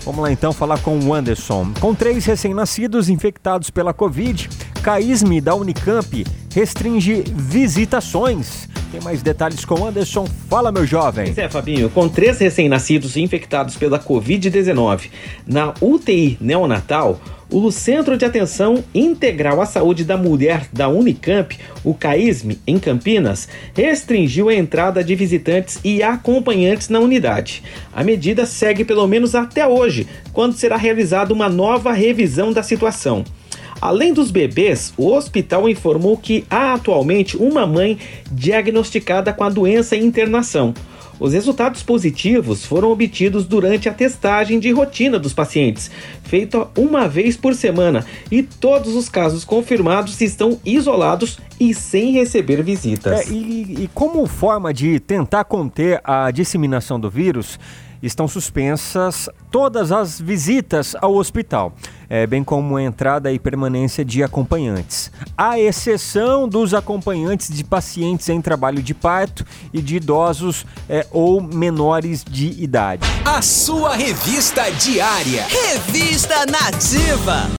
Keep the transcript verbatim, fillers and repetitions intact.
Vamos lá então falar com o Anderson. Com três recém-nascidos infectados pela Covid, CAISM da Unicamp restringe visitações. Tem mais detalhes com o Anderson. Fala, meu jovem. Pois é, Fabinho. Com três recém-nascidos infectados pela covid dezenove na U T I neonatal, o Centro de Atenção Integral à Saúde da Mulher da Unicamp, o CAISM, em Campinas, restringiu a entrada de visitantes e acompanhantes na unidade. A medida segue pelo menos até hoje, quando será realizada uma nova revisão da situação. Além dos bebês, o hospital informou que há atualmente uma mãe diagnosticada com a doença em internação. Os resultados positivos foram obtidos durante a testagem de rotina dos pacientes, feita uma vez por semana, e todos os casos confirmados estão isolados e sem receber visitas. É, e, e como forma de tentar conter a disseminação do vírus, estão suspensas todas as visitas ao hospital, é, bem como a entrada e permanência de acompanhantes, à exceção dos acompanhantes de pacientes em trabalho de parto e de idosos é, ou menores de idade. A sua revista diária. Revista Nativa.